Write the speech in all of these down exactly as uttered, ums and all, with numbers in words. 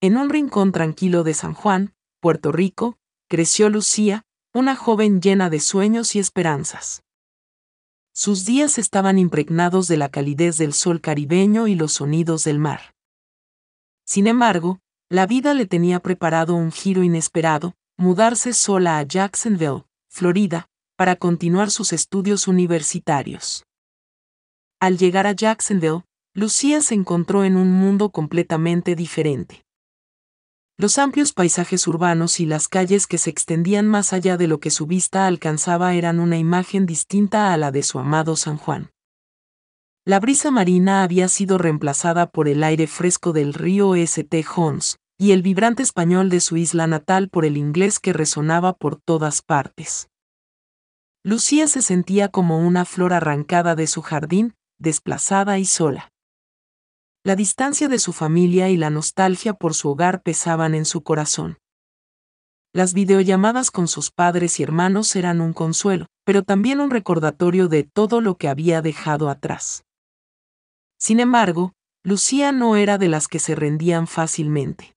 En un rincón tranquilo de San Juan, Puerto Rico, creció Lucía, una joven llena de sueños y esperanzas. Sus días estaban impregnados de la calidez del sol caribeño y los sonidos del mar. Sin embargo, la vida le tenía preparado un giro inesperado: mudarse sola a Jacksonville, Florida, para continuar sus estudios universitarios. Al llegar a Jacksonville, Lucía se encontró en un mundo completamente diferente. Los amplios paisajes urbanos y las calles que se extendían más allá de lo que su vista alcanzaba eran una imagen distinta a la de su amado San Juan. La brisa marina había sido reemplazada por el aire fresco del río Saint Johns, y el vibrante español de su isla natal por el inglés que resonaba por todas partes. Lucía se sentía como una flor arrancada de su jardín, desplazada y sola. La distancia de su familia y la nostalgia por su hogar pesaban en su corazón. Las videollamadas con sus padres y hermanos eran un consuelo, pero también un recordatorio de todo lo que había dejado atrás. Sin embargo, Lucía no era de las que se rendían fácilmente.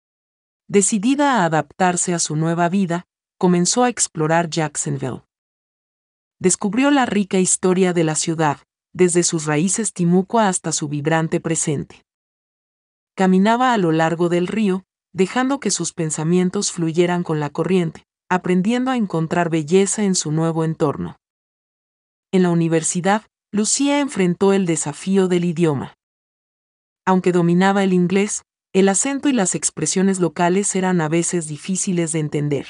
Decidida a adaptarse a su nueva vida, comenzó a explorar Jacksonville. Descubrió la rica historia de la ciudad, desde sus raíces timucua hasta su vibrante presente. Caminaba a lo largo del río, dejando que sus pensamientos fluyeran con la corriente, aprendiendo a encontrar belleza en su nuevo entorno. En la universidad, Lucía enfrentó el desafío del idioma. Aunque dominaba el inglés, el acento y las expresiones locales eran a veces difíciles de entender.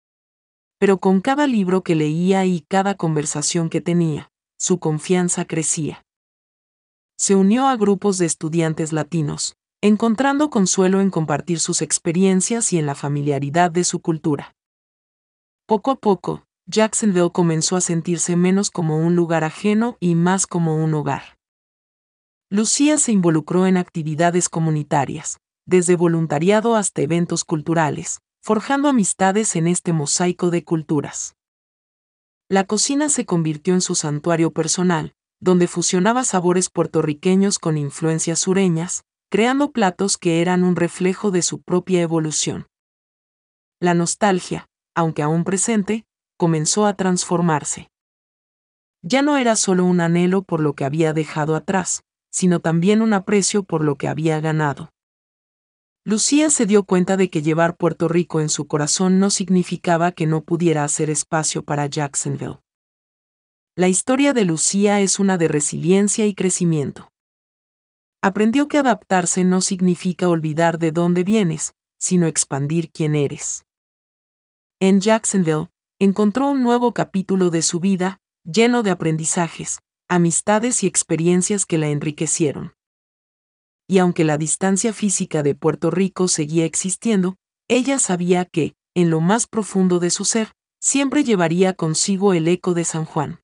Pero con cada libro que leía y cada conversación que tenía, su confianza crecía. Se unió a grupos de estudiantes latinos, encontrando consuelo en compartir sus experiencias y en la familiaridad de su cultura. Poco a poco, Jacksonville comenzó a sentirse menos como un lugar ajeno y más como un hogar. Lucía se involucró en actividades comunitarias, desde voluntariado hasta eventos culturales, forjando amistades en este mosaico de culturas. La cocina se convirtió en su santuario personal, donde fusionaba sabores puertorriqueños con influencias sureñas, creando platos que eran un reflejo de su propia evolución. La nostalgia, aunque aún presente, comenzó a transformarse. Ya no era solo un anhelo por lo que había dejado atrás, sino también un aprecio por lo que había ganado. Lucía se dio cuenta de que llevar Puerto Rico en su corazón no significaba que no pudiera hacer espacio para Jacksonville. La historia de Lucía es una de resiliencia y crecimiento. Aprendió que adaptarse no significa olvidar de dónde vienes, sino expandir quién eres. En Jacksonville, encontró un nuevo capítulo de su vida, lleno de aprendizajes, amistades y experiencias que la enriquecieron. Y aunque la distancia física de Puerto Rico seguía existiendo, ella sabía que, en lo más profundo de su ser, siempre llevaría consigo el eco de San Juan.